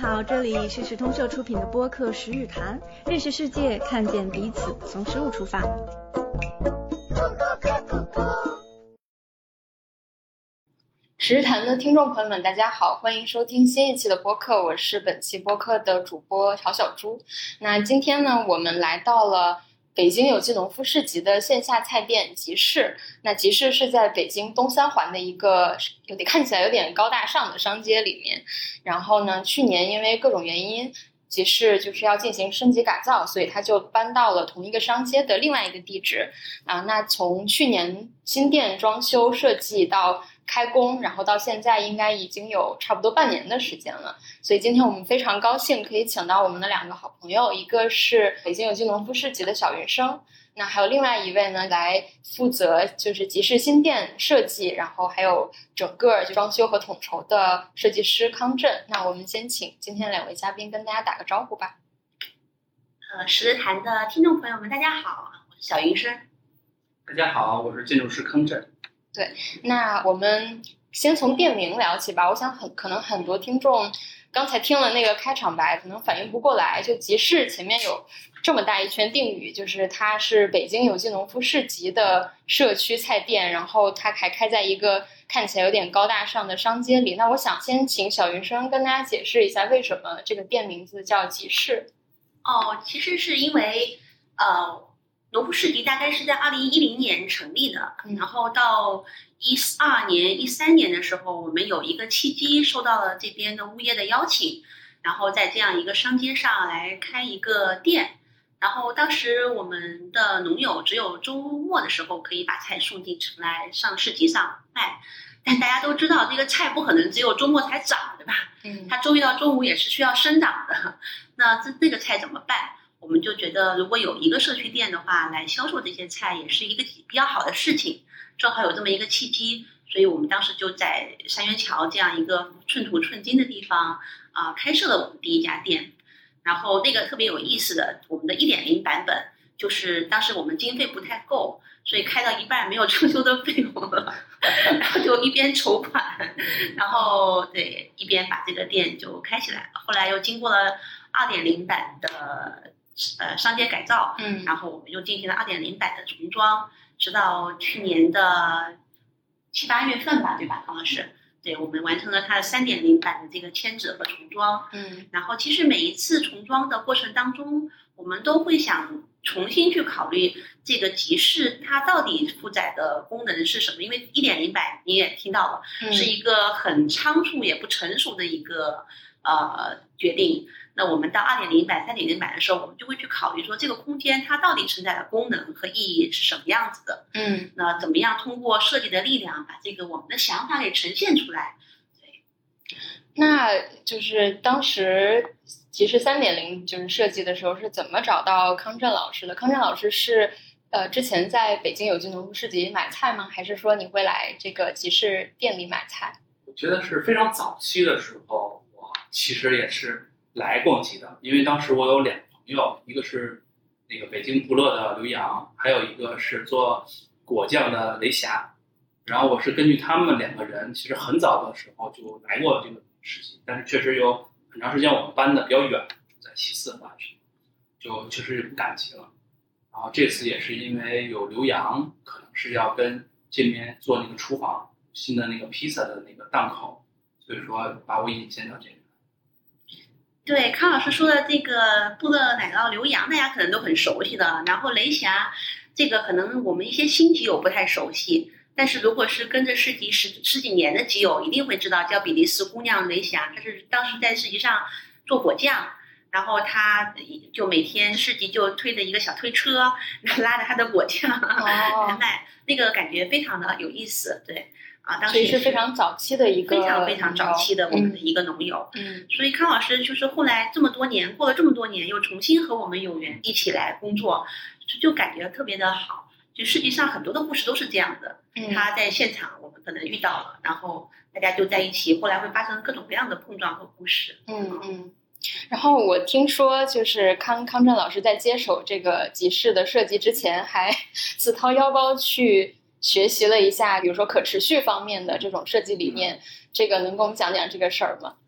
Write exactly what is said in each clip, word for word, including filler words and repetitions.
好，这里是时通社出品的播客十日谈，认识世界，看见彼此，从事物出发。 十日谈的听众朋友们大家好，欢迎收听新一期的播客，我是本期播客的主播小小猪。那今天呢，我们来到了北京有机农夫市集的线下菜店集市。那集市是在北京东三环的一个有点看起来有点高大上的商街里面。然后呢，去年因为各种原因，集市就是要进行升级改造，所以它就搬到了同一个商街的另外一个地址啊。那从去年新店装修设计到开工，然后到现在应该已经有差不多半年的时间了。所以今天我们非常高兴可以请到我们的两个好朋友，一个是北京有机农夫市集的小云生，那还有另外一位呢，来负责就是集市新店设计，然后还有整个装修和统筹的设计师康震。那我们先请今天两位嘉宾跟大家打个招呼吧。 呃，十日谈的听众朋友们大家好，我是小云生。 大家好，我是建筑师康震。 对，那我们先从店名聊起吧。我想很可能很多听众刚才听了那个开场白，可能反应不过来，就集市前面有这么大一圈定语，就是它是北京有机农夫市集的社区菜店，然后它还开在一个看起来有点高大上的商街里。那我想先请小云生跟大家解释一下，为什么这个店名字叫集市。 哦，其实是因为呃农夫市集大概是在二零一零年成立的， 嗯、 然后到一二年、一三年的时候，我们有一个契机收到了这边的物业的邀请，然后在这样一个商街上来开一个店。然后当时我们的农友只有周末的时候可以把菜送进城来上市集上卖，但大家都知道这个菜不可能只有周末才长，对吧？ 嗯， 它周一到周五也是需要生长的。那这这个菜怎么办？我们就觉得如果有一个社区店的话来销售这些菜也是一个比较好的事情，正好有这么一个契机，所以我们当时就在三元桥这样一个寸土寸金的地方啊、呃，开设了我们第一家店。然后那个特别有意思的，我们的 一点零 版本就是当时我们经费不太够，所以开到一半没有装修的费用了，然后就一边筹款，然后对一边把这个店就开起来了。后来又经过了 二点零 版的呃商街改造， 嗯， 然后我们又进行了 二点零 版的重装，直到去年的七八月份吧，对吧，康老师？对，我们完成了它的 三点零 版的这个迁址和重装。 嗯， 然后其实每一次重装的过程当中，我们都会想重新去考虑这个集市它到底负载的功能是什么，因为 一点零 版你也听到了、嗯、是一个很仓促也不成熟的一个呃决定。那我们到 二点零 版 三点零 版的时候，我们就会去考虑说这个空间它到底承载的功能和意义是什么样子的。 嗯， 那怎么样通过设计的力量把这个我们的想法给呈现出来。对， 那就是当时集市 三点零 就是设计的时候是怎么找到康震老师的？康震老师是呃之前在北京有机农夫市集买菜吗？还是说你会来这个集市店里买菜？ 我觉得是非常早期的时候，我其实也是来逛集的，因为当时我有两个朋友，一个是那个北京不乐的刘洋，还有一个是做果酱的雷霞。然后我是根据他们两个人，其实很早的时候就来过这个市集，但是确实有很长时间我们搬的比较远，在西四环区，就确实不赶集了。然后这次也是因为有刘洋，可能是要跟这边做那个厨房新的那个披萨的那个档口，所以说把我引荐到这边。 对，康老师说的这个布乐奶酪刘洋大家可能都很熟悉的，然后雷霞这个可能我们一些新集友不太熟悉，但是如果是跟着市集十十几年的集友一定会知道，叫比利时姑娘雷霞，她是当时在市集上做果酱，然后她就每天市集就推着一个小推车拉着她的果酱来卖，那个感觉非常的有意思。对啊，当时所以是非常早期的一个非常非常早期的我们的一个农友。 嗯， 所以康老师就是后来这么多年过了这么多年，又重新和我们有缘一起来工作，就感觉特别的好。就实际上很多的故事都是这样的， 嗯、 他在现场我们可能遇到了，然后大家就在一起，后来会发生各种各样的碰撞和故事。 嗯嗯。然后我听说，就是康康震老师在接手这个集市的设计之前，还自掏腰包去学习了一下，比如说可持续方面的这种设计理念，这个能跟我们讲讲这个事儿吗？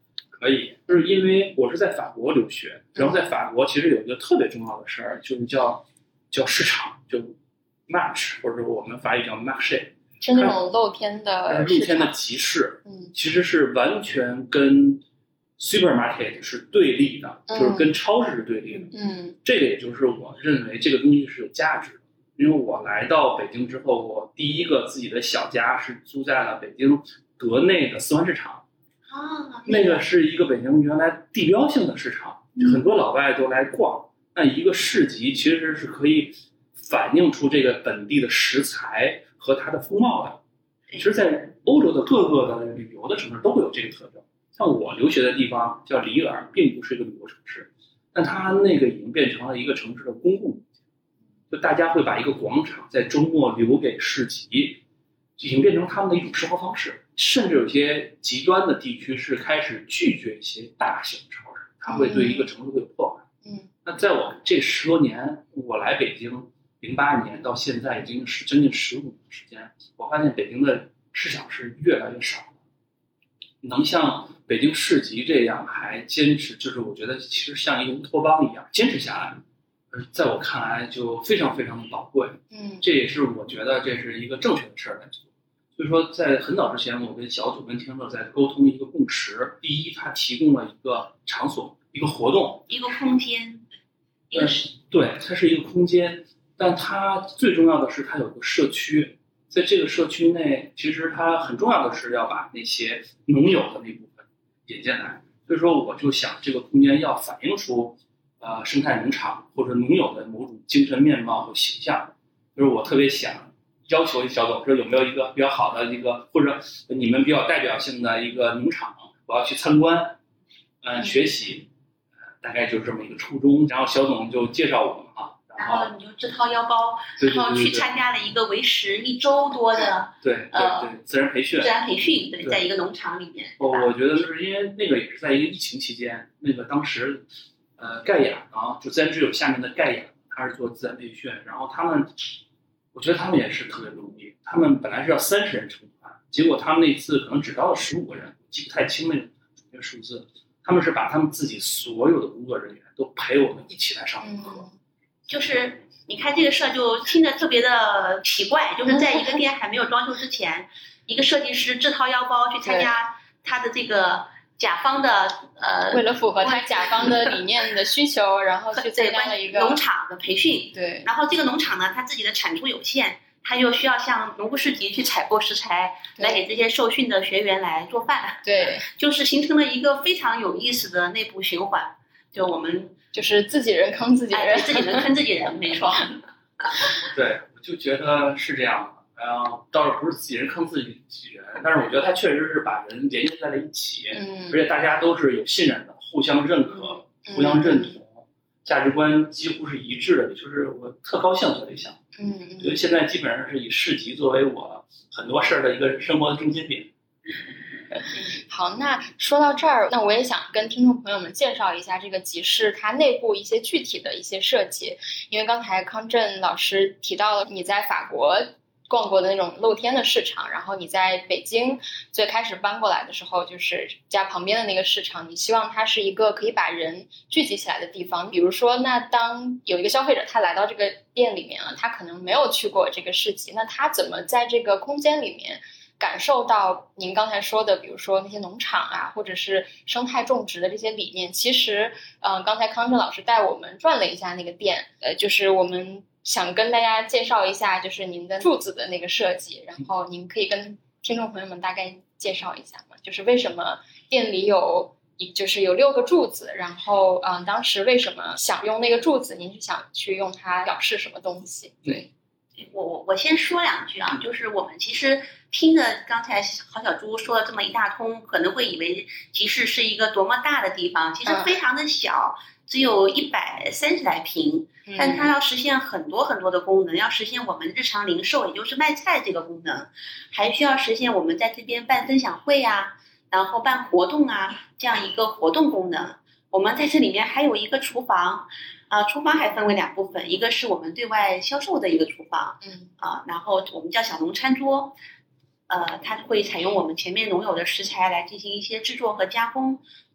可以，就是因为我是在法国留学，然后在法国其实有一个特别重要的事儿，就是叫叫市场，就 match， 或者说我们法语叫 marché， 是那种露天的露天的集市， 嗯， 其实是完全跟 supermarket 是对立的， 嗯、 就是跟超市是对立的。 嗯， 这个也就是我认为这个东西是有价值的。因为我来到北京之后，我第一个自己的小家是租在了北京德内的四环市场。 啊， 那个是一个北京原来地标性的市场，很多老外都来逛。那一个市集其实是可以反映出这个本地的食材和它的风貌的。其实，在欧洲的各个的旅游的城市都会有这个特征。像我留学的地方叫里尔，并不是一个旅游城市，但它那个已经变成了一个城市的公共空间，就大家会把一个广场在周末留给市集，已经变成他们的一种生活方式。甚至有些极端的地区是开始拒绝一些大型超市，它会对一个城市会有破坏。 嗯， 那在我这十多年，我来北京零八年到现在已经是将近十五年的时间，我发现北京的市场是越来越少了。能像北京市集这样还坚持，就是我觉得其实像一个乌托邦一样坚持下来，在我看来就非常非常的宝贵。 嗯， 这也是我觉得这是一个正确的事儿来做。所以说，在很早之前，我跟小组跟天乐在沟通一个共识。第一，它提供了一个场所、一个活动、 一个空间，一个是对，它是一个空间，但它最重要的是它有一个社区。在这个社区内，其实它很重要的是要把那些农友的那部分引进来。所以说，我就想这个空间要反映出呃生态农场或者农友的某种精神面貌和形象。就是我特别想要求小总说有没有一个比较好的一个，或者你们比较代表性的一个农场，我要去参观，嗯、呃，学习，呃，大概就是这么一个初衷。然后小总就介绍我们啊， 然后你就自掏腰包， 对对对对对， 然后去参加了一个为时一周多的对对对、呃、自然培训， 自然培训，对，在一个农场里面。 我我觉得就是因为那个也是在一个疫情期间，那个当时，呃，盖亚呢，就自然之友下面的盖亚，他是做自然培训，然后他们。我觉得他们也是特别不容易，他们本来是要三十人成团，结果他们那次可能只招了十五个人，记不太清那个数字。他们是把他们自己所有的工作人员都陪我们一起来上课、 嗯。就是你看这个事儿就听着特别的奇怪，就是在一个店还没有装修之前，一个设计师自掏腰包去参加他的这个甲方的呃， 为了符合他甲方的理念的需求，然后去参加了一个农场的培训。 对， 然后这个农场呢，他自己的产出有限，他又需要向农夫市集去采购食材，来给这些受训的学员来做饭。 对， 就是形成了一个非常有意思的内部循环。就我们就是自己人坑自己人， 哎、自己人坑自己人，没错。 对，我就觉得是这样的。然后倒是不是自己人坑自己人，但是我觉得他确实是把人连接在了一起， 嗯， 而且大家都是有信任的，互相认可、 嗯、 互相认同、嗯，价值观几乎是一致的，就是我特高兴做这项。 嗯嗯， 因为现在基本上是以市集作为我很多事儿的一个生活的中心点。 好，那说到这儿，那我也想跟听众朋友们介绍一下这个集市它内部一些具体的一些设计。因为刚才康震老师提到了你在法国逛过的那种露天的市场，然后你在北京最开始搬过来的时候，就是家旁边的那个市场，你希望它是一个可以把人聚集起来的地方。比如说，那当有一个消费者他来到这个店里面了，他可能没有去过这个市集，那他怎么在这个空间里面感受到您刚才说的，比如说那些农场啊，或者是生态种植的这些理念？其实，嗯、呃，刚才康震老师带我们转了一下那个店，呃，就是我们想跟大家介绍一下，就是您的柱子的那个设计，然后您可以跟听众朋友们大概介绍一下吗？就是为什么店里有，就是有六个柱子，然后，嗯、呃，当时为什么想用那个柱子？您是想去用它表示什么东西？对。 我我我先说两句啊，就是我们其实听着刚才郝小猪说了这么一大通，可能会以为集市是一个多么大的地方，其实非常的小，嗯、只有一百三十来平，但它要实现很多很多的功能，要实现我们日常零售，也就是卖菜这个功能，还需要实现我们在这边办分享会啊，然后办活动啊这样一个活动功能。我们在这里面还有一个厨房。啊，厨房还分为两部分，一个是我们对外销售的一个厨房， 嗯啊，然后我们叫小农餐桌，呃，它会采用我们前面农友的食材来进行一些制作和加工，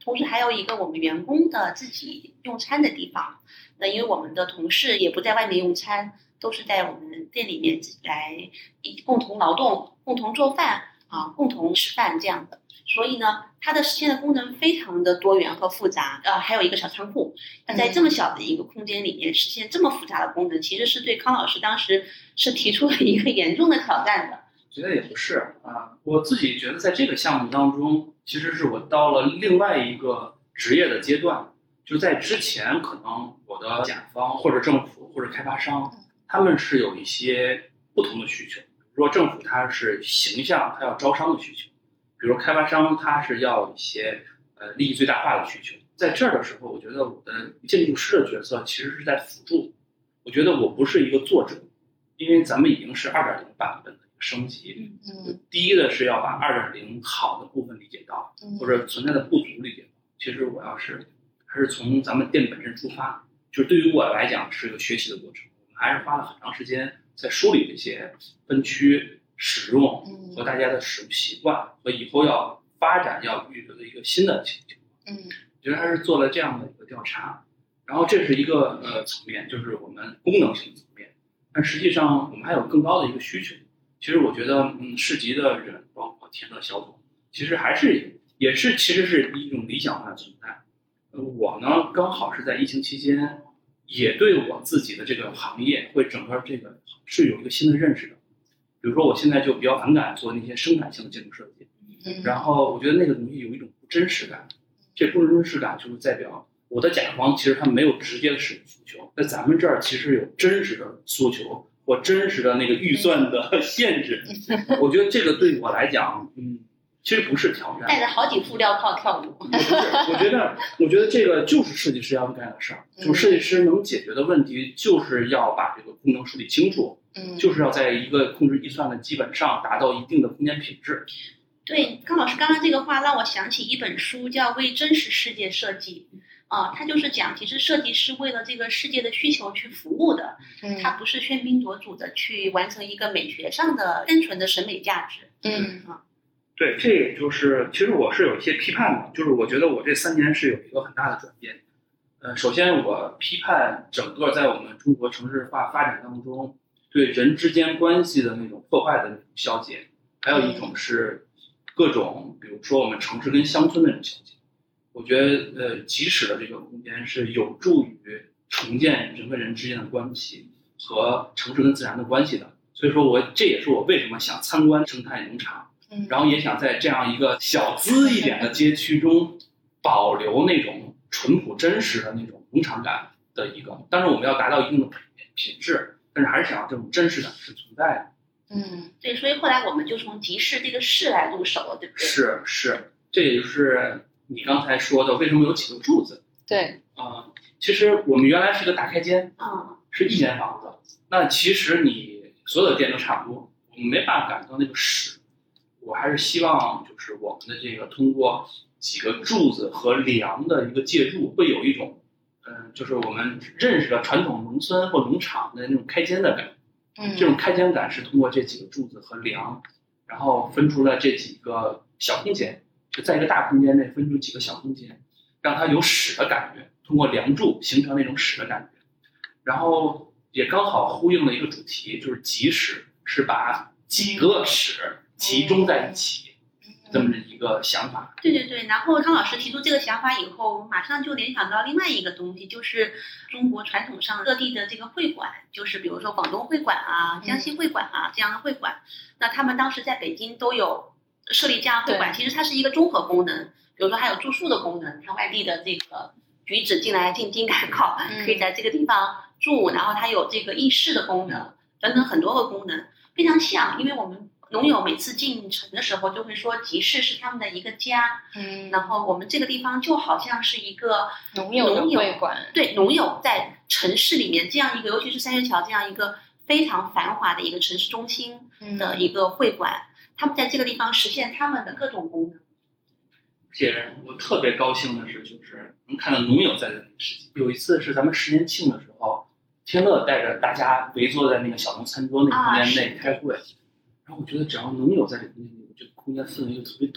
同时还有一个我们员工的自己用餐的地方。那因为我们的同事也不在外面用餐，都是在我们店里面来一共同劳动、共同做饭啊、共同吃饭这样的。所以呢，它的实现的功能非常的多元和复杂。呃，还有一个小仓库，那在这么小的一个空间里面实现这么复杂的功能，其实是对康老师当时是提出了一个严重的挑战的。 觉得也不是啊，我自己觉得在这个项目当中，其实是我到了另外一个职业的阶段。就在之前，可能我的甲方或者政府或者开发商，他们是有一些不同的需求。比如说政府它是形象，它要招商的需求；比如开发商它是要一些呃利益最大化的需求。在这儿的时候，我觉得我的建筑师的角色其实是在辅助。我觉得我不是一个作者，因为咱们已经是 二点零 版本的一个升级。 嗯， 第一的是要把 二点零 好的部分理解到，或者存在的不足理解到。其实我要是还是从咱们店本身出发，就是对于我来讲是一个学习的过程。我们还是花了很长时间在梳理这些分区使用和大家的使用习惯和以后要发展要预留的一个新的情景。 嗯， 我觉得还是做了这样的一个调查。然后这是一个呃层面，就是我们功能性层面。但实际上我们还有更高的一个需求。其实我觉得，嗯，市级的人，包括田乐小总，其实还是也是其实是一种理想化的存在。我呢，刚好是在疫情期间，也对我自己的这个行业会整个这个是有一个新的认识的。比如说，我现在就比较反感做那些生产性的建筑设计， 嗯， 然后我觉得那个东西有一种不真实感。这不真实感就是代表我的甲方其实他没有直接的使用诉求，在咱们这儿其实有真实的诉求或真实的那个预算的限制。我觉得这个对我来讲，嗯。其实不是挑战， 带着好几副镣铐跳舞。 不是，我觉得，我觉得这个就是设计师要干的事儿。就是设计师能解决的问题，就是要把这个功能梳理清楚， 嗯， 就是要在一个控制预算的基本上达到一定的空间品质。 对，康老师刚刚这个话让我想起一本书，叫《为真实世界设计》。啊、呃，它就是讲，其实设计是为了这个世界的需求去服务的， 嗯， 它不是喧宾夺主的去完成一个美学上的单纯的审美价值。 嗯啊。 对，这也就是其实我是有一些批判的，就是我觉得我这三年是有一个很大的转变。呃，首先我批判整个在我们中国城市化发展当中对人之间关系的那种破坏的那种消解，还有一种是各种比如说我们城市跟乡村的那种消解。我觉得呃，即使的这个空间是有助于重建人跟人之间的关系和城市跟自然的关系的。所以说我这也是我为什么想参观生态农场。然后也想在这样一个小资一点的街区中保留那种淳朴真实的那种农场感的一个，当然我们要达到一定的品质，但是还是想要这种真实感是存在的。嗯，对，所以后来我们就从集市这个市来入手了，对不对？ 是是，这也就是你刚才说的为什么有几个柱子。 对啊、呃，其实我们原来是个大开间， 啊、嗯， 是一间房子，那其实你所有的店都差不多，我们没办法感受到那个屎。我还是希望，就是我们的这个通过几个柱子和梁的一个借助，会有一种，嗯、呃，就是我们认识的传统农村或农场的那种开间的感。 嗯， 这种开间感是通过这几个柱子和梁，然后分出了这几个小空间，就在一个大空间内分出几个小空间，让它有室的感觉，通过梁柱形成那种室的感觉，然后也刚好呼应了一个主题，就是集室，是把几个室集中在一起，这么一个想法。 对对对，然后康老师提出这个想法以后，我马上就联想到另外一个东西，就是中国传统上各地的这个会馆，就是比如说广东会馆啊、江西会馆啊这样的会馆。那他们当时在北京都有设立这样会馆，其实它是一个综合功能，比如说还有住宿的功能，看外地的这个举止进来进京赶考，可以在这个地方住，然后它有这个议事的功能等等很多个功能，非常像，因为我们农友每次进城的时候就会说集市是他们的一个家， 嗯， 然后我们这个地方就好像是一个农友的会馆， 对，农友在城市里面这样一个，尤其是三元桥这样一个非常繁华的一个城市中心的一个会馆，嗯、他们在这个地方实现他们的各种功能。 而且我特别高兴的是，就是能看到农友在这里实际。有一次是咱们十年庆的时候，天乐带着大家围坐在那个小农餐桌那个空间内开会。啊，然后我觉得只要农友在这个空间里，这个空间氛围就特别对。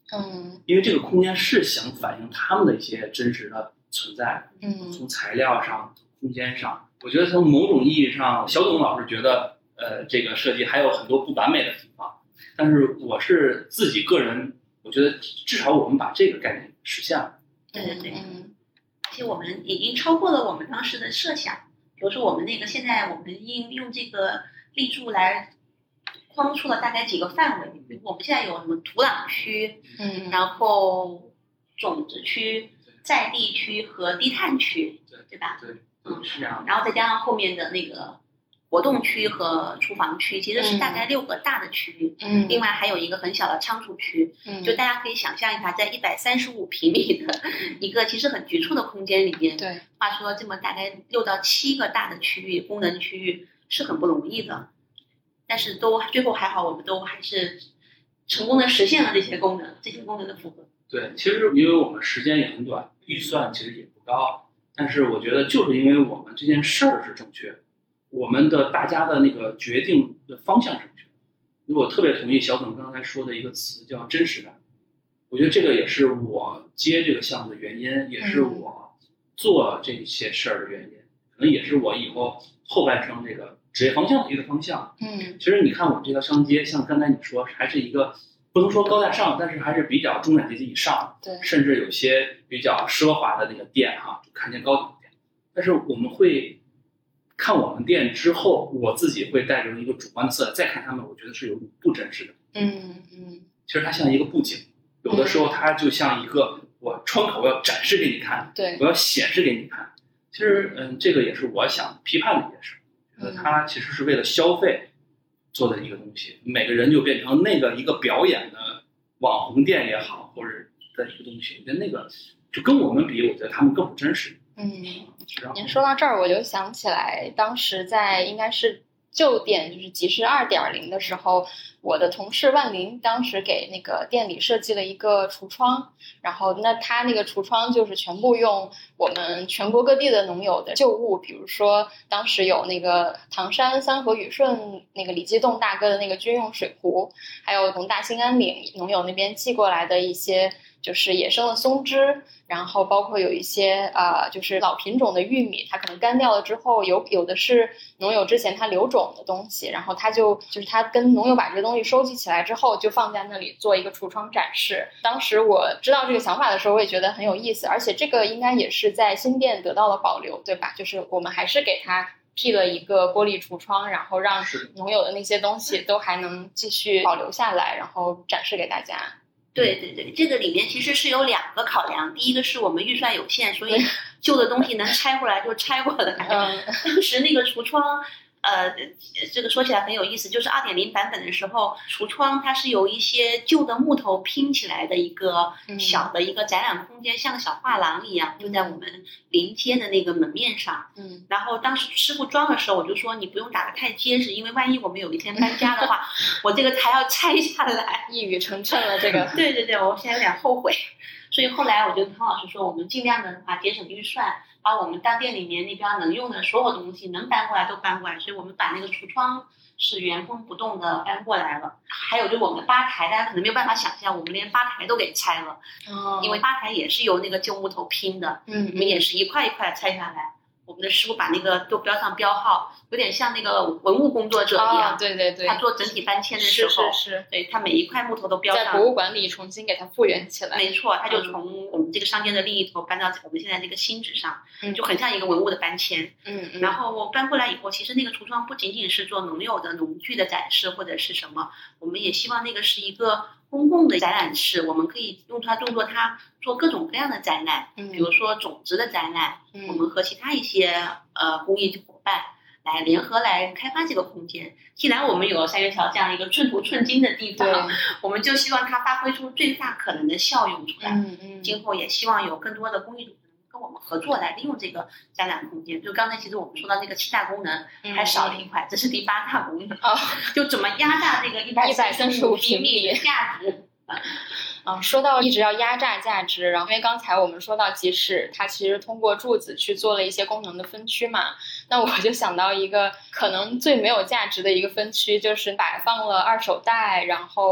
嗯， 因为这个空间是想反映他们的一些真实的存在。 嗯， 从材料上、空间上，我觉得从某种意义上，小董老师觉得，呃，这个设计还有很多不完美的地方，但是我是自己个人，我觉得至少我们把这个概念实现了。 对对对， 嗯， 而且我们已经超过了我们当时的设想。比如说我们那个现在我们应用这个立柱来框出了大概几个范围，比如我们现在有什么土壤区， 嗯， 然后种子区、在地区和低碳区， 对对吧？ 对，嗯，是这样的。 然后再加上后面的那个活动区和厨房区，其实是大概六个大的区域。 嗯， 另外还有一个很小的仓储区。 嗯， 就大家可以想象一下，在一百三十五平米的一个其实很局促的空间里面， 对， 画出了这么大概六到七个大的区域，功能区域是很不容易的。但是都最后还好，我们都还是成功的实现了这些功能，这些功能的符合。 对，其实因为我们时间也很短，预算其实也不高，但是我觉得就是因为我们这件事儿是正确，我们的大家的那个决定的方向正确。因为我特别同意小董刚才说的一个词叫真实感，我觉得这个也是我接这个项目的原因，也是我做这些事儿的原因，可能也是我以后后半生这个职业方向的一个方向。 嗯， 其实你看我们这条商街，像刚才你说，还是一个不能说高大上，但是还是比较中产阶级以上， 对， 甚至有些比较奢华的那个店哈，就看见高档店。但是我们会看我们店之后，我自己会带着一个主观的色彩再看他们，我觉得是有种不真实的。 嗯嗯， 其实它像一个布景，有的时候它就像一个我窗口，我要展示给你看， 对， 我要显示给你看。其实，嗯，这个也是我想批判的一件事，觉得它其实是为了消费做的一个东西，每个人就变成那个一个表演的网红店也好，或者的一个东西，我觉得那个就跟我们比，我觉得他们更不真实。 嗯，您说到这儿，我就想起来，当时在应该是旧店，就是集市二点零的时候，我的同事万林当时给那个店里设计了一个橱窗，然后那他那个橱窗就是全部用我们全国各地的农友的旧物，比如说当时有那个唐山三河雨顺那个李继栋大哥的那个军用水壶，还有从大兴安岭农友那边寄过来的一些就是野生的松枝，然后包括有一些呃，就是老品种的玉米，它可能干掉了之后，有有的是农友之前他留种的东西，然后他就就是他跟农友把这个东西收集起来之后，就放在那里做一个橱窗展示。当时我知道这个想法的时候，我也觉得很有意思，而且这个应该也是在新店得到了保留，对吧？就是我们还是给他辟了一个玻璃橱窗，然后让农友的那些东西都还能继续保留下来，然后展示给大家。 对对对，这个里面其实是有两个考量，第一个是我们预算有限，所以旧的东西能拆过来就拆过来。 嗯， 当时那个橱窗，呃，这个说起来很有意思，就是二点零版本的时候，橱窗它是由一些旧的木头拼起来的一个小的一个展览空间，嗯、像个小画廊一样，就在我们临街的那个门面上。嗯，然后当时师傅装的时候，我就说你不用打得太结实，因为万一我们有一天搬家的话，我这个才要拆下来。 一语成谶了，这个。 对对对，我现在有点后悔。所以后来我就跟汤老师说，我们尽量的话节省预算，把我们当店里面那边能用的所有东西能搬过来都搬过来，所以我们把那个橱窗是原封不动的搬过来了。还有就是我们的吧台，大家可能没有办法想象，我们连吧台都给拆了，哦、因为吧台也是由那个旧木头拼的，嗯，我们也是一块一块拆下来。我们的师傅把那个都标上标号，有点像那个文物工作者一样。 哦、对对对。 他做整体搬迁的时候， 是是是。 对，他每一块木头都标上。 在博物馆里重新给它复原起来。 没错，他就从我们这个商店的另一头搬到我们现在这个新址上，嗯、就很像一个文物的搬迁。嗯嗯。然后我搬过来以后，其实那个橱窗不仅仅是做农友的农具的展示或者是什么，我们也希望那个是一个公共的展览室，我们可以用它用作它做各种各样的展览，嗯、比如说种子的展览，嗯、我们和其他一些呃公益伙伴来联合来开发这个空间。既然我们有三元桥这样一个寸土寸金的地方，我们就希望它发挥出最大可能的效用出来。嗯嗯。今后也希望有更多的公益组织跟我们合作来利用这个展览空间。就刚才其实我们说到那个七大功能还少了一块，嗯、这是第八大功能。哦。就怎么压榨这个一百三十五平米的价值。 嗯，说到一直要压榨价值，然后因为刚才我们说到集市，它其实通过柱子去做了一些功能的分区嘛，那我就想到一个可能最没有价值的一个分区，就是摆放了二手袋，然后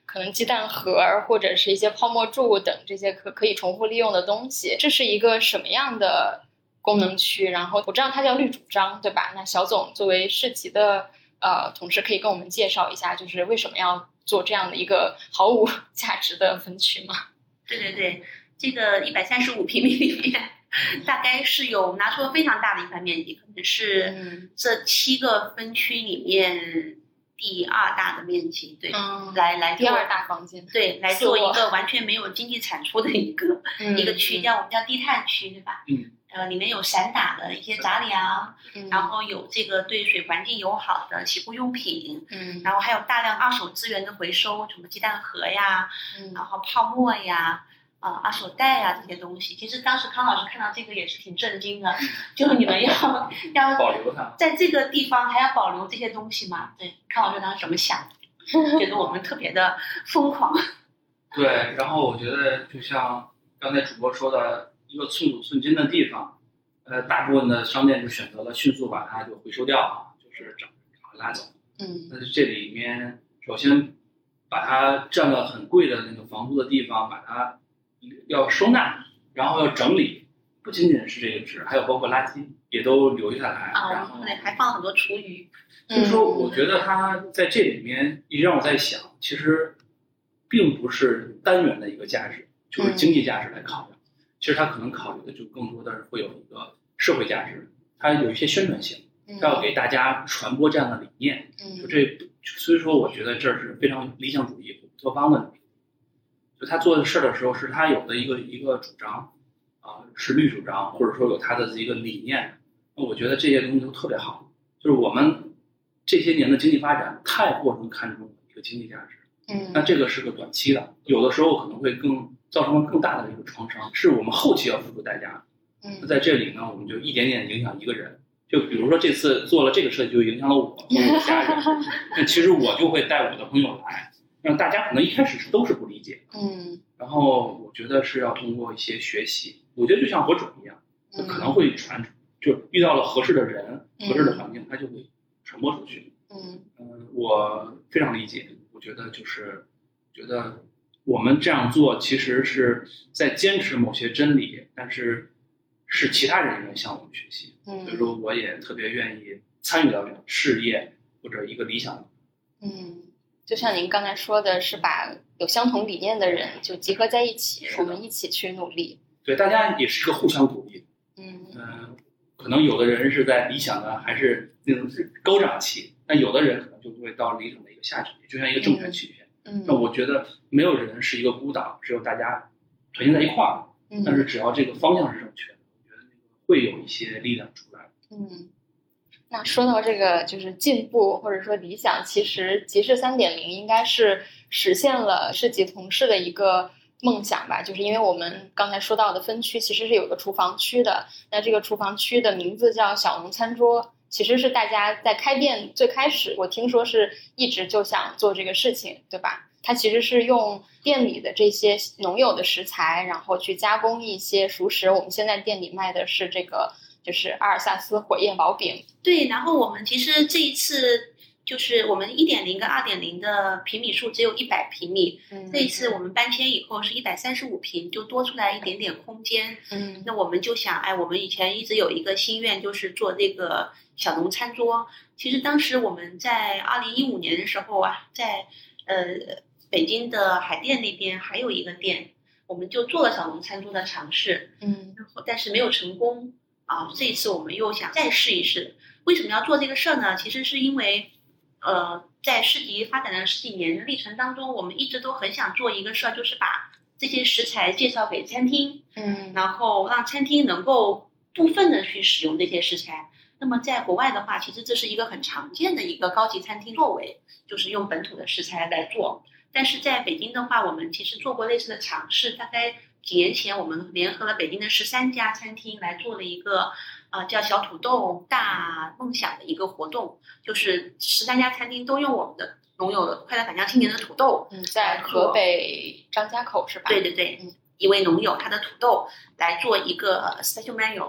可能鸡蛋盒或者是一些泡沫柱等这些可可以重复利用的东西。这是一个什么样的功能区？然后我知道它叫绿主张，对吧？那小总作为市级的呃同事，可以跟我们介绍一下，就是为什么要做这样的一个毫无价值的分区吗？ 对对对，这个一百三十五平米里面，大概是有拿出了非常大的一块面积，可能是这七个分区里面第二大的面积，对， 嗯、 来来第二大房间， 对，来做一个完全没有经济产出的一个、 嗯、 一个区，叫我们叫低碳区，对吧？ 嗯， 呃，里面有散打的一些杂粮， 嗯、 然后有这个对水环境友好的洗护用品， 嗯， 然后还有大量二手资源的回收，什么鸡蛋盒呀， 嗯、 然后泡沫呀。啊、呃，二手袋呀、啊、这些东西，其实当时康老师看到这个也是挺震惊的，就你们要要保留它， 在这个地方还要保留这些东西嘛？对，康老师当时怎么想？觉得我们特别的疯狂。 对，然后我觉得就像刚才主播说的，一个寸土寸金的地方，呃，大部分的商店就选择了迅速把它就回收掉啊，就是整整拉走。 嗯， 但是这里面首先把它占了很贵的那个房租的地方，把它要收纳，然后要整理，不仅仅是这个纸，还有包括垃圾也都留下来， 啊、 然后对，还放了很多厨余。 所以说，我觉得它在这里面也让我在想，其实并不是单元的一个价值，就是经济价值来考量。其实它可能考虑的就更多的是会有一个社会价值，它有一些宣传性，它要给大家传播这样的理念。就这，所以说我觉得这是非常理想主义和乌托邦的理念。就他做的事的时候，是他有的一个一个主张，啊、呃，是绿主张，或者说有他的一个理念。那我觉得这些东西都特别好。就是我们这些年的经济发展太过于看重一个经济价值， 嗯， 那这个是个短期的，有的时候可能会更造成更大的一个创伤，是我们后期要付出代价的。 嗯， 那在这里呢，我们就一点点影响一个人。就比如说这次做了这个设计，就影响了我和我的家人。那其实我就会带我的朋友来。让大家可能一开始是都是不理解， 嗯， 然后我觉得是要通过一些学习，我觉得就像火种一样，就可能会传，嗯、就遇到了合适的人、合适的环境，它就会传播出去。 嗯嗯、呃，我非常理解，我觉得就是觉得我们这样做其实是在坚持某些真理，但是是其他人也向我们学习。 嗯， 所以说我也特别愿意参与到这个事业或者一个理想。 嗯。就像您刚才说的，是把有相同理念的人就集合在一起，我们一起去努力。 对，大家也是一个互相鼓励。 嗯嗯、呃，可能有的人是在理想的还是那种高涨期，那有的人可能就会到理想的一个下降期，就像一个正态曲线。 嗯， 那我觉得没有人是一个孤岛，只有大家团结在一块儿。 嗯， 但是只要这个方向是正确的，我觉得会有一些力量出来。 嗯。那说到这个就是进步或者说理想，其实集市 三点零 应该是实现了市级同事的一个梦想吧，就是因为我们刚才说到的分区其实是有个厨房区的，那这个厨房区的名字叫小农餐桌，其实是大家在开店最开始我听说是一直就想做这个事情，对吧？它其实是用店里的这些农有的食材，然后去加工一些熟食，我们现在店里卖的是这个就是阿尔萨斯火焰薄饼。 对，然后我们其实这一次就是我们 一点零 跟 二点零 的平米数只有一百平米，嗯，这一次我们搬迁以后是一百三十五平，就多出来一点点空间。嗯，那我们就想，哎，我们以前一直有一个心愿，就是做这个小农餐桌。其实当时我们在二零一五年的时候啊，在呃北京的海淀那边还有一个店，我们就做了小农餐桌的尝试，嗯，但是没有成功。啊，这一次我们又想再试一试。为什么要做这个事儿呢？其实是因为，呃，在市级发展的十几年的历程当中，我们一直都很想做一个事儿，就是把这些食材介绍给餐厅，嗯，然后让餐厅能够部分的去使用这些食材。那么在国外的话，其实这是一个很常见的一个高级餐厅作为，就是用本土的食材来做。但是在北京的话，我们其实做过类似的尝试，大概几年前我们联合了北京的十三家餐厅来做了一个呃叫小土豆大梦想的一个活动，就是十三家餐厅都用我们的农友的快乐返乡青年的土豆， 嗯，在河北张家口是吧？ 对对对，嗯，一位农友他的土豆来做一个 special menu。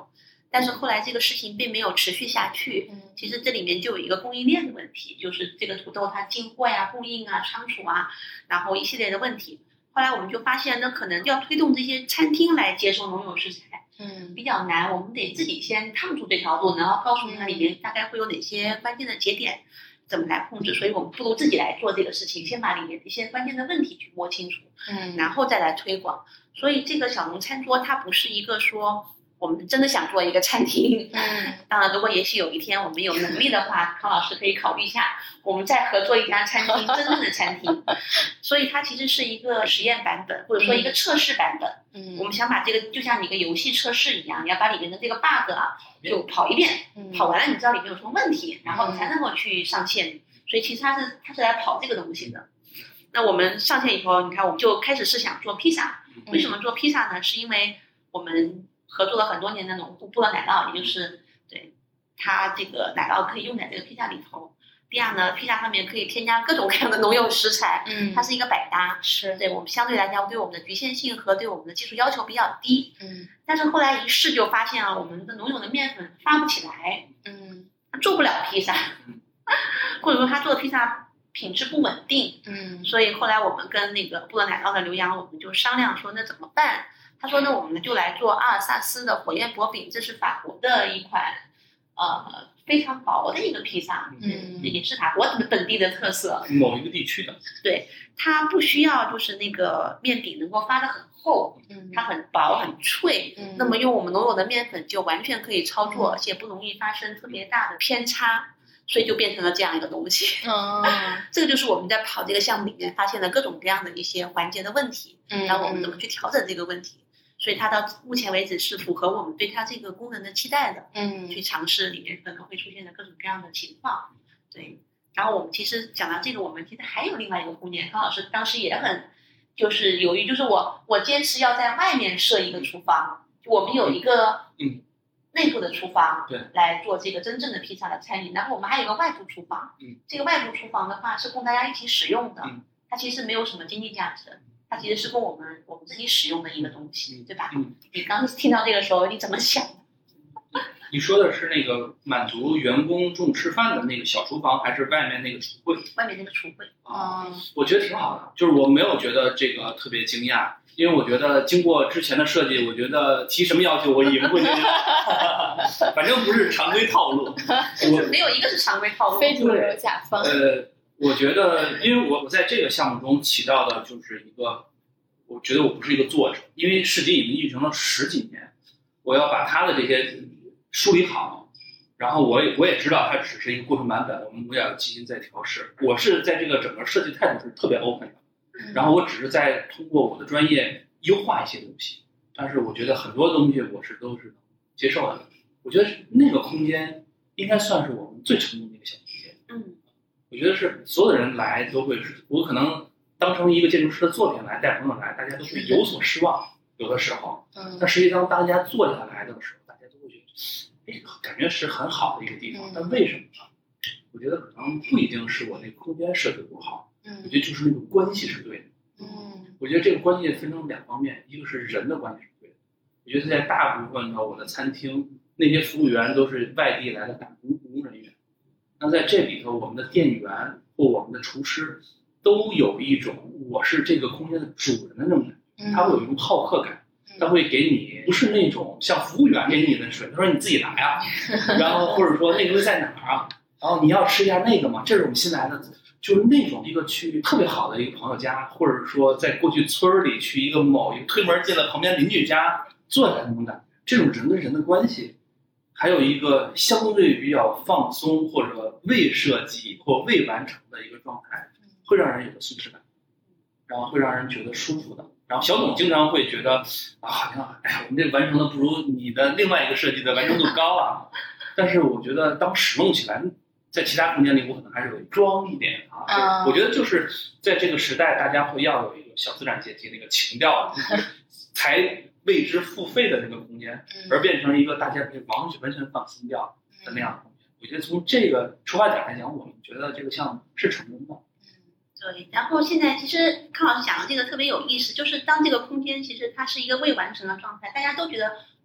但是后来这个事情并没有持续下去。 嗯， 其实这里面就有一个供应链的问题，就是这个土豆它进货呀、供应啊、仓储啊，然后一系列的问题。后来我们就发现，那可能要推动这些餐厅来接受农友食材， 嗯， 比较难。我们得自己先趟出这条路，然后告诉它里面大概会有哪些关键的节点，怎么来控制。所以我们不如自己来做这个事情，先把里面一些关键的问题去摸清楚， 嗯， 然后再来推广。所以这个小农餐桌它不是一个说我们真的想做一个餐厅， 嗯， 当然如果也许有一天我们有能力的话，康老师可以考虑一下，我们再合作一家餐厅，真正的餐厅。所以它其实是一个实验版本，或者说一个测试版本。 嗯， 我们想把这个就像你一个游戏测试一样，你要把里面的这个 bug 啊就跑一遍， 嗯， 跑完了你知道里面有什么问题，然后你才能够去上线。所以其实它是它是来跑这个东西的。那我们上线以后，你看我们就开始是想做披萨。为什么做披萨呢？是因为我们合作了很多年的农户部落奶酪，也就是对它这个奶酪可以用在这个披萨里头。第二呢，披萨上面可以添加各种各样的农用食材， 嗯， 它是一个百搭。 是对我们相对来讲，对我们的局限性和对我们的技术要求比较低。 嗯， 但是后来一试就发现啊，我们的农用的面粉发不起来， 嗯， 做不了披萨，或者说他做的披萨品质不稳定。 嗯， 所以后来我们跟那个部落奶酪的刘洋，我们就商量说那怎么办？他说那我们就来做阿尔萨斯的火焰薄饼，这是法国的一款呃非常薄的一个披萨， 嗯， 也是法国本地的特色， 某一个地区的。 对，它不需要就是那个面饼能够发得很厚， 嗯， 它很薄很脆， 嗯， 那么用我们农友的面粉就完全可以操作，而且不容易发生特别大的偏差。所以就变成了这样一个东西。 哦， 这个就是我们在跑这个项目里面发现的各种各样的一些环节的问题， 嗯， 然后我们怎么去调整这个问题。所以它到目前为止是符合我们对它这个功能的期待的， 嗯， 去尝试里面可能会出现的各种各样的情况。对，然后我们其实讲到这个，我们其实还有另外一个空间，康老师当时也很就是犹豫，就是我我坚持要在外面设一个厨房，就我们有一个嗯内部的厨房， 对， 来做这个真正的披萨的餐饮，然后我们还有个外部厨房， 嗯，这个外部厨房的话是供大家一起使用的， 嗯， 它其实没有什么经济价值。它其实是供我们我们自己使用的一个东西，对吧？ 嗯， 你刚听到这个时候，你怎么想？ 你说的是那个满足员工中午吃饭的那个小厨房，还是外面那个橱柜？ 外面那个橱柜啊，我觉得挺好的，就是我没有觉得这个特别惊讶，因为我觉得经过之前的设计，我觉得提什么要求我赢过去，反正不是常规套路。我没有一个是常规套路， 非主流甲方。 呃。我觉得，因为我我在这个项目中起到的就是一个，我觉得我不是一个作者，因为市集已经运行了十几年，我要把它的这些梳理好，然后我也我也知道它只是一个过程版本，我们也要进行再调试。我是在这个整个设计态度是特别 open 的，然后我只是在通过我的专业优化一些东西，但是我觉得很多东西我是都是能接受的。我觉得那个空间应该算是我们最成功的一个小空间。 嗯。 我觉得是所有的人来都会是，我可能当成一个建筑师的作品来带朋友来，大家都会有所失望，有的时候， 嗯， 但实际上大家坐下来的时候，大家都会觉得，哎，感觉是很好的一个地方，但为什么呢？我觉得可能不一定是我那个空间设计多好， 嗯， 我觉得就是那个关系是对的， 嗯， 我觉得这个关系分成两方面，一个是人的关系是对的，我觉得在大部分的我的餐厅，那些服务员都是外地来的打工务人员。那在这里头，我们的店员或我们的厨师都有一种我是这个空间的主人的那种感觉，他会有一种好客感，他会给你不是那种像服务员给你的水，他说你自己来啊，然后或者说那个东西在哪儿啊，然后你要吃一下那个嘛，这是我们新来的，就是那种一个去特别好的一个朋友家，或者说在过去村里去一个某一个推门进了旁边邻居家坐下来那种感觉，这种人跟人的关系。还有一个相对比较放松或者未设计或未完成的一个状态，会让人有个松弛感，然后会让人觉得舒服的。然后小董经常会觉得啊，好像哎呀，我们这完成的不如你的另外一个设计的完成度高啊。但是我觉得当使用起来，在其他空间里我可能还是会装一点啊。我觉得就是在这个时代，大家会要有一个小资产阶级那个情调，才。为之付费的那个空间，而变成一个大家可以完全完全放心掉的那样的空间。我觉得从这个出发点来讲，我们觉得这个项目是成功的。 嗯，对。然后现在其实康老师讲的这个特别有意思，就是当这个空间其实它是一个未完成的状态，大家都觉得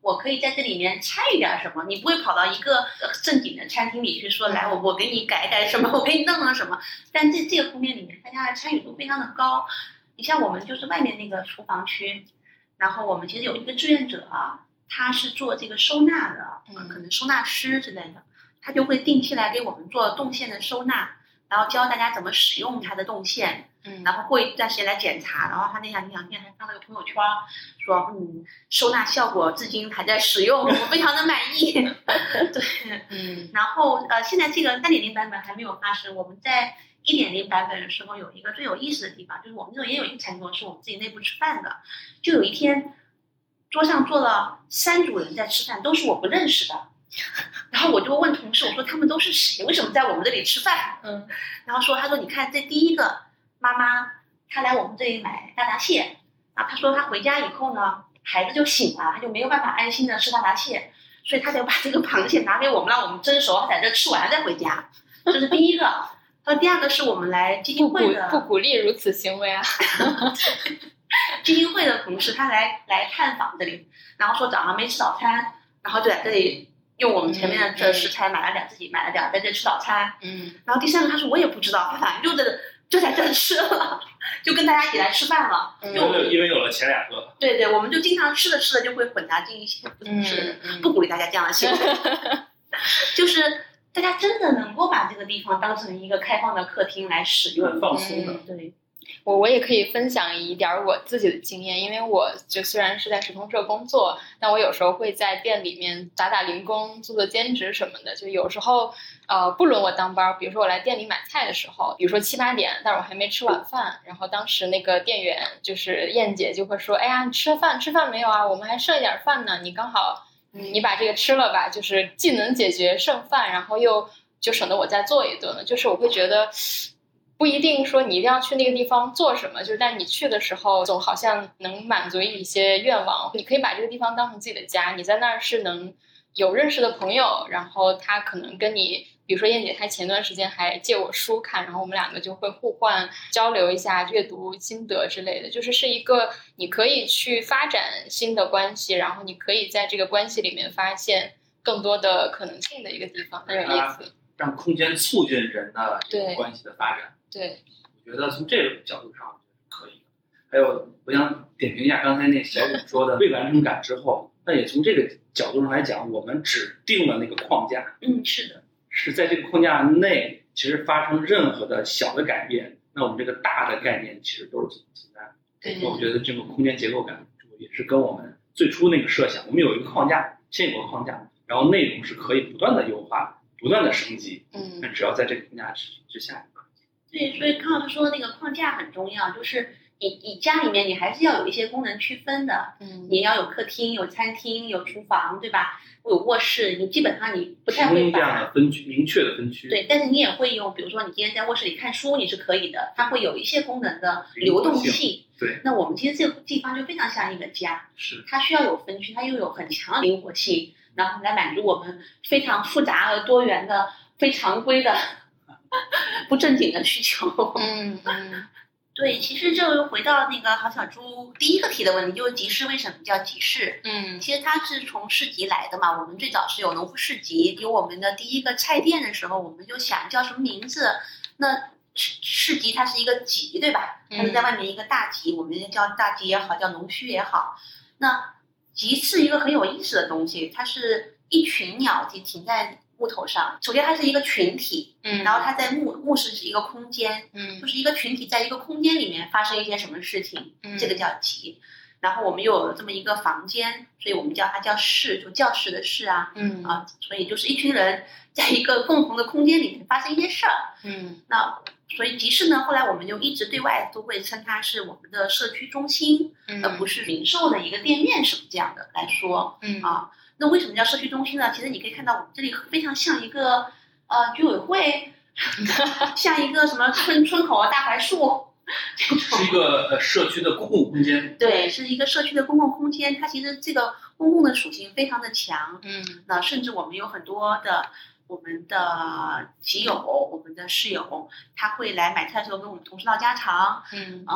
我可以在这里面参与点什么，你不会跑到一个正经的餐厅里去说，来我我给你改改什么，我给你弄弄什么。但这这个空间里面，大家的参与度非常的高。你像我们就是外面那个厨房区，然后我们其实有一个志愿者啊，他是做这个收纳的，嗯，可能收纳师之类的，他就会定期来给我们做动线的收纳，然后教大家怎么使用它的动线。嗯，然后过一段时间来检查，然后他那两两天还发了个朋友圈，说嗯，收纳效果至今还在使用，我非常的满意。对，嗯，然后呃，现在这个三点零版本还没有发生，我们在一点零版本的时候有一个最有意思的地方，就是我们这也有一个餐桌是我们自己内部吃饭的，就有一天桌上坐了三组人在吃饭，都是我不认识的。然后我就问同事，我说他们都是谁？为什么在我们这里吃饭？嗯，然后说他说你看这第一个妈妈，她来我们这里买大闸蟹啊，她说她回家以后呢，孩子就醒了，她就没有办法安心的吃大闸蟹，所以她得把这个螃蟹拿给我们，让我们蒸熟，她在这吃完再回家。这是第一个。然后第二个是我们来基金会的， 不鼓不鼓励如此行为啊。 基金会的同事他来来探访这里，然后说早上没吃早餐，然后就在这里用我们前面的这食材买了点，自己买了点，在这吃早餐。嗯，然后第三个他说我也不知道，他反正就在就在这吃了，就跟大家一起来吃饭了。 嗯，因为因为有了前两个。 对对，我们就经常吃着吃着就会混杂进一些不是、嗯、不鼓励大家这样的行为，就是大家真的能够把这个地方当成一个开放的客厅来使用， 放松的。 嗯、对。 我我也可以分享一点我自己的经验，因为我就虽然是在食通社工作，但我有时候会在店里面打打零工、做做兼职什么的。就有时候呃不轮我当班，比如说我来店里买菜的时候，比如说七八点，但是我还没吃晚饭，然后当时那个店员就是燕姐就会说，哎呀，你吃饭吃饭没有啊？我们还剩一点饭呢，你刚好你把这个吃了吧，就是既能解决剩饭，然后又就省得我再做一顿。就是我会觉得不一定说你一定要去那个地方做什么，就是但你去的时候总好像能满足一些愿望，你可以把这个地方当成自己的家，你在那儿是能有认识的朋友，然后他可能跟你，比如说燕姐她前段时间还借我书看，然后我们两个就会互换交流一下阅读心得之类的，就是是一个你可以去发展新的关系，然后你可以在这个关系里面发现更多的可能性的一个地方，很有意思， 让空间促进人的这个关系的发展。 对， 我觉得从这个角度上可以。还有，我想点评一下刚才那小雨说的未完成感之后，那也从这个角度上来讲，我们只定了那个框架。 嗯，是的， 是在这个框架内，其实发生任何的小的改变，那我们这个大的概念其实都是存在的。 对， 我觉得这个空间结构感也是跟我们最初那个设想，我们有一个框架，先有个框架，然后内容是可以不断的优化、不断的升级。嗯，那只要在这个框架之之下。 对，所以康老师说的那个框架很重要，就是你你家里面你还是要有一些功能区分的，嗯，你要有客厅、有餐厅、有厨房，对吧？有卧室，你基本上你不太会把这样的分区明确的分区。 对，但是你也会用，比如说你今天在卧室里看书，你是可以的，它会有一些功能的流动性。 对， 那我们其实这个地方就非常像一个家， 是它需要有分区，它又有很强的灵活性，然后来满足我们非常复杂而多元的、非常规的。不正经的需求。 嗯嗯， 对，其实就回到那个郝小猪第一个提的问题，就是集市为什么叫集市？嗯，其实它是从市集来的嘛。我们最早是有农夫市集，有我们的第一个菜店的时候，我们就想叫什么名字？那市市集它是一个集，对吧？它是在外面一个大集，我们叫大集也好，叫农墟也好。那集是一个很有意思的东西，它是一群鸟就停在木头上，首先它是一个群体，嗯，然后它在木木是一个空间，嗯，就是一个群体在一个空间里面发生一些什么事情，嗯，这个叫集。然后我们又有了这么一个房间，所以我们叫它叫室，就教室的室啊，嗯啊，所以就是一群人在一个共同的空间里面发生一些事儿，嗯，那所以集市呢，后来我们就一直对外都会称它是我们的社区中心，嗯，而不是零售的一个店面什么这样的来说，嗯啊。那为什么叫社区中心呢？其实你可以看到我们这里非常像一个呃居委会，像一个什么村村口啊大槐树， 是一个呃社区的公共空间。 对，是一个社区的公共空间，它其实这个公共的属性非常的强。嗯，那甚至我们有很多的我们的集友、我们的室友，他会来买菜的时候跟我们同事唠家常。嗯啊。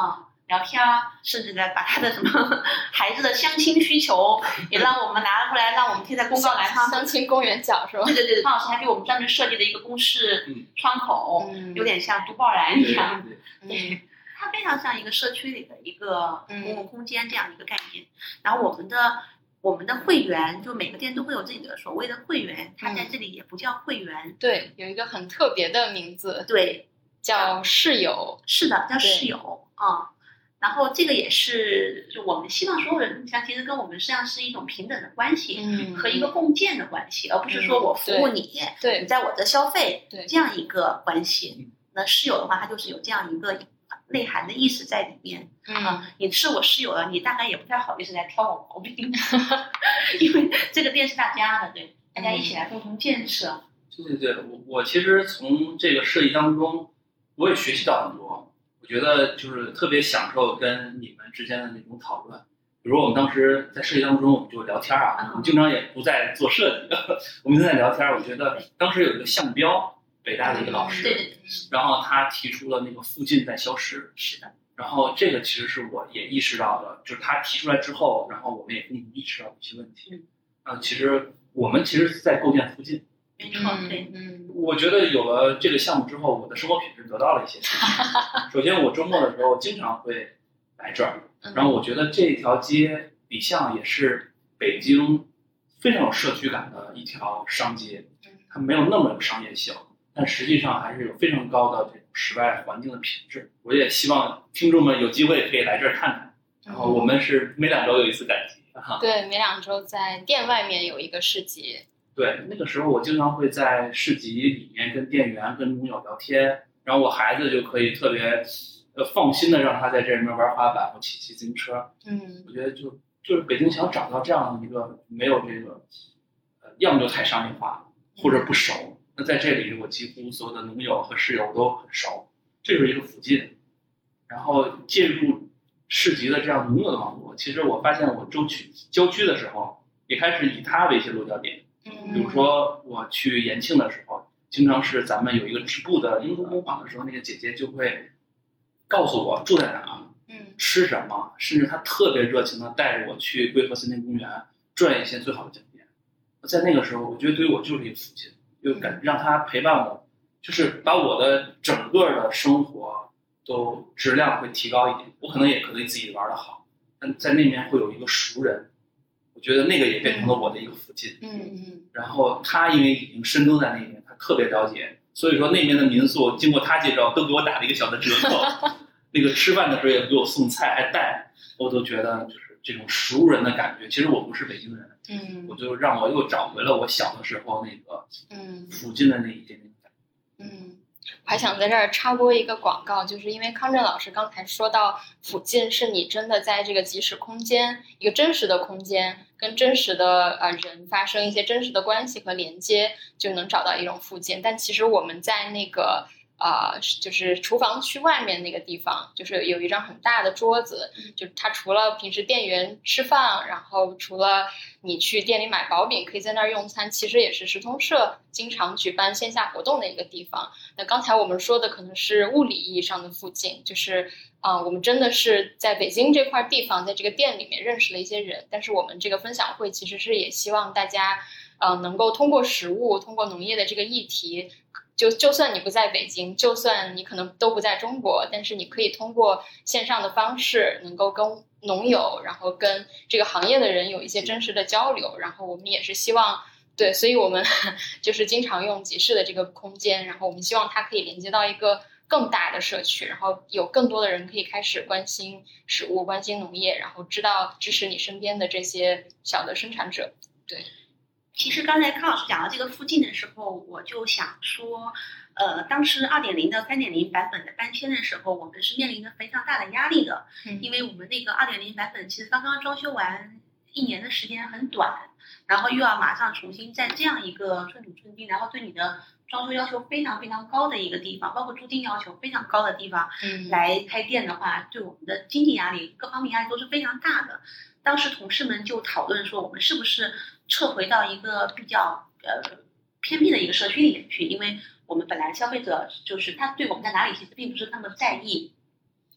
聊天，甚至来把他的什么孩子的相亲需求也让我们拿过来，让我们贴在公告栏上。 相亲公园角是吧？ 对对对，方老师还给我们专门设计了一个公示窗口，嗯、有点像读报栏一样。 对, 对, 对, 对，它非常像一个社区里的一个公共空间这样一个概念。嗯、然后我们的我们的会员，就每个店都会有自己的所谓的会员，它在这里也不叫会员， 嗯、对，有一个很特别的名字， 对， 叫室友。 是的，叫室友啊。然后这个也是，就我们希望所有人，像其实跟我们实际上是一种平等的关系， 嗯， 和一个共建的关系，而不是说我服务你， 嗯、对， 你在我的消费， 对， 这样一个关系。那室友的话，它就是有这样一个内涵的意思在里面。 嗯、 啊，你是我室友了，你大概也不太好意思来挑我毛病，因为这个店是大家的，对，大家一起来共同建设。 对对对，我我其实从这个设计当中，我也学习到很多。我觉得就是特别享受跟你们之间的那种讨论，比如我们当时在设计当中，我们就聊天啊，我们经常也不在做设计，我们在聊天。我觉得当时有一个项标，北大的一个老师， 对对对， 然后他提出了那个附近在消失， 是的。 然后这个其实是我也意识到的，就是他提出来之后，然后我们也共同意识到一些问题。嗯，啊，其实我们其实是在构建附近。 没错，对， 嗯， 我觉得有了这个项目之后，我的生活品质得到了一些提升。首先，我周末的时候经常会来这儿，然后我觉得这条街里巷也是北京非常有社区感的一条商街，它没有那么有商业性，但实际上还是有非常高的这种室外环境的品质。我也希望听众们有机会可以来这儿看看。然后我们是每两周有一次赶集， 嗯、对，每两周在店外面有一个市集。 对，那个时候我经常会在市集里面跟店员、跟农友聊天，然后我孩子就可以特别呃放心的让他在这里面玩滑板或骑骑自行车。 嗯， 我觉得就就是北京想找到这样的一个没有这个，呃，要么就太商业化，或者不熟。那在这里，我几乎所有的农友和室友都很熟，这就是一个附近。然后介入市集的这样农友的网络，其实我发现我周区郊区的时候，也开始以它为一些落脚点。比如说我去延庆的时候，经常是咱们有一个织布的英工工坊的时候，那个姐姐就会告诉我住在哪儿， 嗯，吃什么，甚至她特别热情的带着我去桂河森林公园转一些最好的景点。在那个时候，我觉得对于我就是一个父亲，就感让他陪伴我，就是把我的整个的生活都质量会提高一点。我可能也可以自己玩得好，但在那边会有一个熟人。我觉得那个也变成了我的一个附近， 嗯嗯， 然后他因为已经深耕在那边，他特别了解，所以说那边的民宿经过他介绍都给我打了一个小的折扣，那个吃饭的时候也给我送菜还带，我都觉得就是这种熟人的感觉。其实我不是北京人， 嗯， 我就让我又找回了我小的时候那个嗯附近的那一点点感觉。 嗯。我还想在这儿插播一个广告，就是因为康震老师刚才说到附近是你真的在这个即时空间，一个真实的空间跟真实的呃人发生一些真实的关系和连接，就能找到一种附近。但其实我们在那个呃，就是厨房区外面那个地方，就是有一张很大的桌子，就它除了平时店员吃饭，然后除了你去店里买薄饼可以在那儿用餐，其实也是食通社经常举办线下活动的一个地方。那刚才我们说的可能是物理意义上的附近，就是啊、呃，我们真的是在北京这块地方，在这个店里面认识了一些人，但是我们这个分享会其实是也希望大家呃能够通过食物，通过农业的这个议题，就就算你不在北京，就算你可能都不在中国，但是你可以通过线上的方式能够跟农友，然后跟这个行业的人有一些真实的交流。然后我们也是希望，对，所以我们就是经常用集市的这个空间，然后我们希望它可以连接到一个更大的社区，然后有更多的人可以开始关心食物，关心农业，然后知道支持你身边的这些小的生产者。对。 其实刚才康老师讲到这个附近的时候，我就想说，呃，当时二点零到三点零版本的搬迁的时候，我们是面临着非常大的压力的， 嗯、 因为我们那个二点零版本其实刚刚装修完一年的时间很短，然后又要马上重新在这样一个寸土寸金，然后对你的装修要求非常非常高的一个地方，包括租金要求非常高的地方， 嗯， 来开店的话，对我们的经济压力各方面压力都是非常大的。当时同事们就讨论说，我们是不是撤回到一个比较呃偏僻的一个社区里面去，因为我们本来消费者就是他对我们在哪里其实并不是那么在意。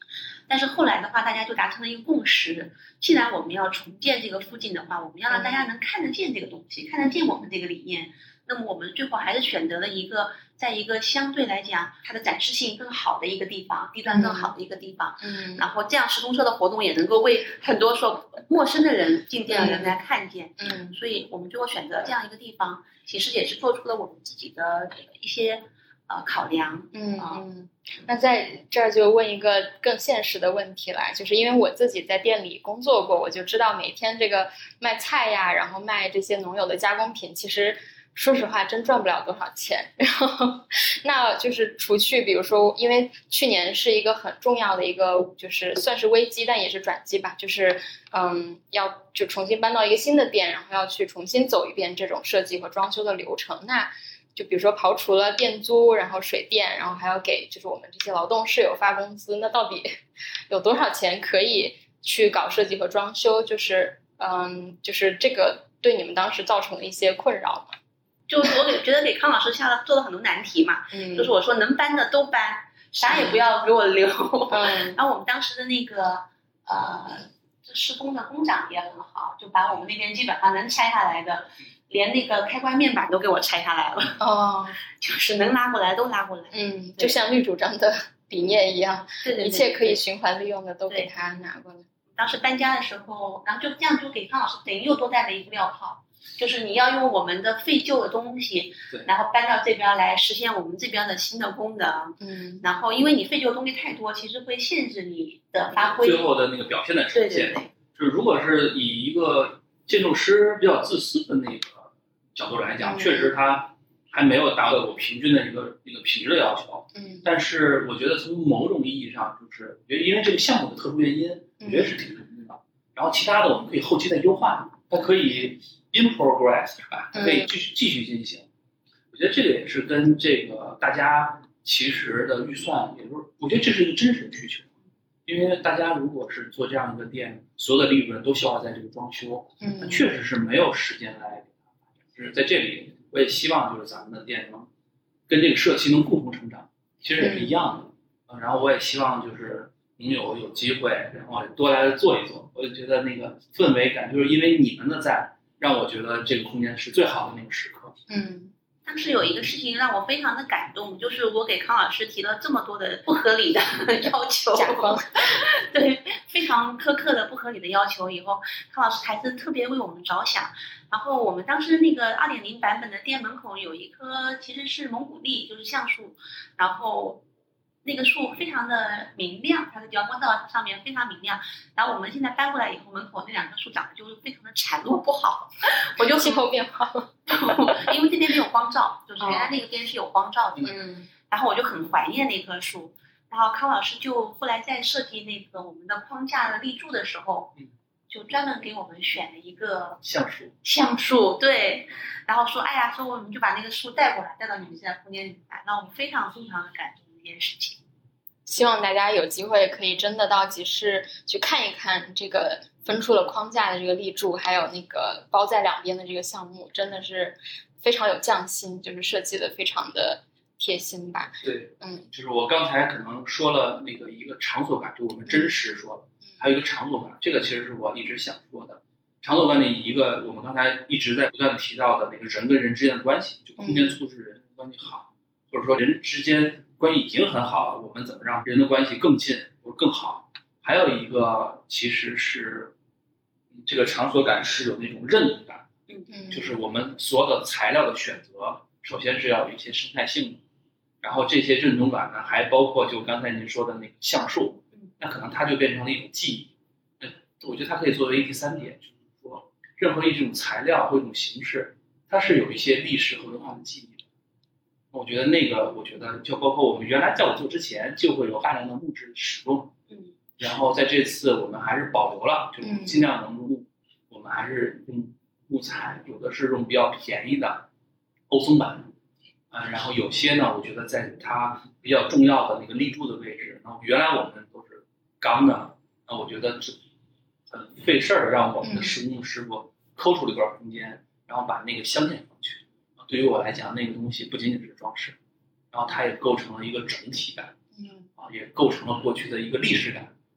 但是后来的话，大家就达成了一个共识，既然我们要重建这个附近的话，我们要让大家能看得见这个东西，看得见我们这个理念。那么我们最后还是选择了一个，在一个相对来讲它的展示性更好的一个地方，地段更好的一个地方。 嗯， 然后这样时通车的活动也能够为很多说陌生的人、进店的人来看见。 嗯， 所以我们最后选择这样一个地方，其实也是做出了我们自己的一些呃考量。 嗯嗯，那在这儿就问一个更现实的问题来，就是因为我自己在店里工作过，我就知道每天这个卖菜呀，然后卖这些农友的加工品，其实说实话真赚不了多少钱。然后那就是除去比如说，因为去年是一个很重要的一个就是算是危机但也是转机吧，就是嗯要就重新搬到一个新的店，然后要去重新走一遍这种设计和装修的流程。那就比如说刨除了店租，然后水电，然后还要给就是我们这些劳动室友发工资，那到底有多少钱可以去搞设计和装修？就是嗯就是这个对你们当时造成了一些困扰吗？ 就是我给觉得给康老师下了做了很多难题嘛， 嗯， 就是我说能搬的都搬，啥也不要给我留。 嗯， 然后我们当时的那个呃施工的工长也很好，就把我们那边基本上能拆下来的，连那个开关面板都给我拆下来了。 哦， 就是能拉过来都拉过来。 嗯，就像绿主张的理念一样， 对对对对， 一切可以循环利用的都给他拿过来。 当时搬家的时候，然后就这样就给康老师等于又多带了一个镣铐。就是你要用我们的废旧的东西，然后搬到这边来实现我们这边的新的功能。 嗯， 然后因为你废旧的东西太多，其实会限制你的发挥， 最后的那个表现的呈现。 对对对， 就是如果是以一个建筑师比较自私的那个角度来讲， 嗯、 确实他还没有达到我平均的一个一个品质的要求。 嗯， 但是我觉得从某种意义上，就是因为这个项目的特殊原因，我觉得是挺成功的。嗯、然后其他的我们可以后期再优化，它可以。in progress 是吧？可以继续继续进行。我觉得这个也是跟这个大家其实的预算，也就是我觉得这是一个真实的需求。因为大家如果是做这样一个店，所有的利润都消耗在这个装修， 嗯， 那确实是没有时间来。就是在这里，我也希望就是咱们的店能跟这个社区能共同成长，其实也是一样的。嗯、然后我也希望就是农友有机会，然后多来做一做。我就觉得那个氛围感，就是因为你们的在。让我觉得这个空间是最好的那个时刻。 嗯， 当时有一个事情让我非常的感动，就是我给康老师提了这么多的不合理的要求， 甲方对，非常苛刻的不合理的要求，以后康老师还是特别为我们着想。然后我们当时那个 二点零 版本的店门口有一棵其实是蒙古栎，就是橡树，然后那个树非常的明亮，它的阳光道上面非常明亮。然后我们现在搬过来以后，门口那两棵树长得就非常的孱弱不好，我就气候变化， 因为这边没有光照，就是原来那个边是有光照的， 嗯， 然后我就很怀念那棵树。然后康老师就后来在设计那个我们的框架的立柱的时候，就专门给我们选了一个橡树， 橡树，对，然后说，哎呀，说我们就把那个树带过来，带到你们现在空间里来，让我们非常非常的感动的一件事情。 希望大家有机会可以真的到集市去看一看这个分出了框架的这个立柱，还有那个包在两边的这个项目，真的是非常有匠心，就是设计的非常的贴心吧。 对， 嗯， 就是我刚才可能说了那个一个场所感，就我们真实说了，还有一个场所感，这个其实是我一直想说的。场所感的一个我们刚才一直在不断提到的那个人跟人之间的关系，就空间促使人关系好，或者说人之间关系已经很好了，我们怎么让人的关系更近或更好？还有一个其实是这个场所感是有那种认同感， 嗯， 就是我们所有的材料的选择，首先是要有一些生态性的，然后这些认同感呢，还包括就刚才您说的那个橡树，那可能它就变成了一种记忆。那我觉得它可以作为第三点，就是说任何一种材料或一种形式，它是有一些历史和文化的记忆。我觉得那个，我觉得就包括我们原来在我做之前就会有大量的木质使用， 嗯， 然后在这次我们还是保留了，就是尽量能用木，我们还是用木材，有的是用比较便宜的欧松板，啊、呃，然后有些呢，我觉得在它比较重要的那个立柱的位置，然后原来我们都是钢的，那我觉得这很费事儿，让我们的施工师傅抠出了一段空间，然后把那个镶嵌上去。对于我来讲，那个东西不仅仅是装饰，然后它也构成了一个整体感， 嗯， 啊，也构成了过去的一个历史感。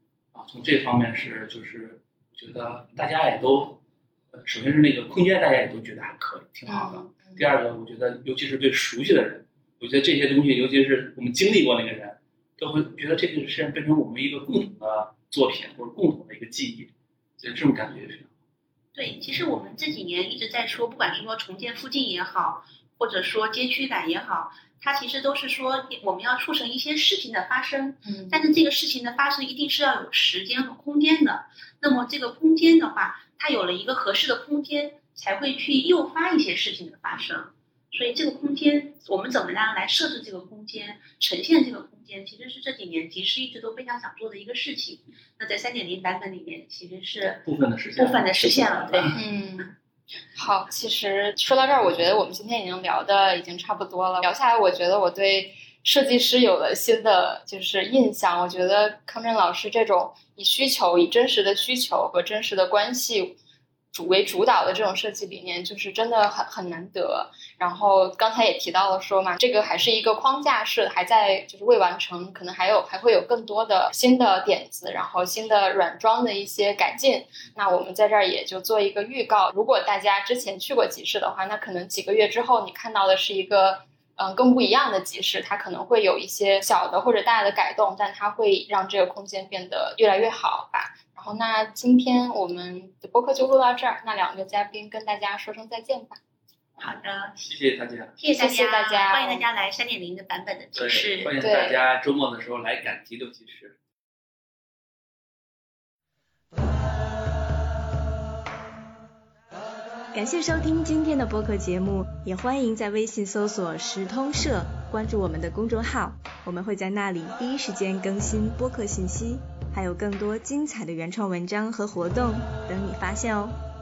啊，从这方面是就是觉得大家也都，呃，首先是那个空间大家也都觉得还可以，挺好的。 嗯嗯、 第二个，我觉得尤其是对熟悉的人，我觉得这些东西，尤其是我们经历过那个人，都会觉得这个是变成我们一个共同的作品或者共同的一个记忆，所以这种感觉非常好。 对，其实我们这几年一直在说，不管是说重建附近也好，或者说街区感也好，它其实都是说我们要促成一些事情的发生。 嗯， 但是这个事情的发生一定是要有时间和空间的。那么这个空间的话，它有了一个合适的空间，才会去诱发一些事情的发生。所以这个空间，我们怎么样来设置这个空间，呈现这个空间，其实是这几年集市一直都非常想做的一个事情。那在 三点零 版本里面，其实是部分的实现， 部分的实现了。对， 嗯。好，其实说到这儿，我觉得我们今天已经聊的已经差不多了。聊下来，我觉得我对设计师有了新的就是印象。我觉得康震老师这种以需求、以真实的需求和真实的关系主为主导的这种设计理念，就是真的很很难得。然后刚才也提到了说嘛，这个还是一个框架式，还在就是未完成，可能还有还会有更多的新的点子，然后新的软装的一些改进。那我们在这儿也就做一个预告，如果大家之前去过集市的话，那可能几个月之后你看到的是一个嗯更不一样的集市，它可能会有一些小的或者大的改动，但它会让这个空间变得越来越好吧。然后那今天我们的播客就录到这儿，那两个嘉宾跟大家说声再见吧。 好的， 谢谢大家， 谢谢大家， 谢谢大家欢迎大家来 三点零 的版本的集市， 欢迎大家周末的时候来赶集六集市。 感谢收听今天的播客节目，也欢迎在微信搜索时通社，关注我们的公众号，我们会在那里第一时间更新播客信息，还有更多精彩的原创文章和活动等你发现哦。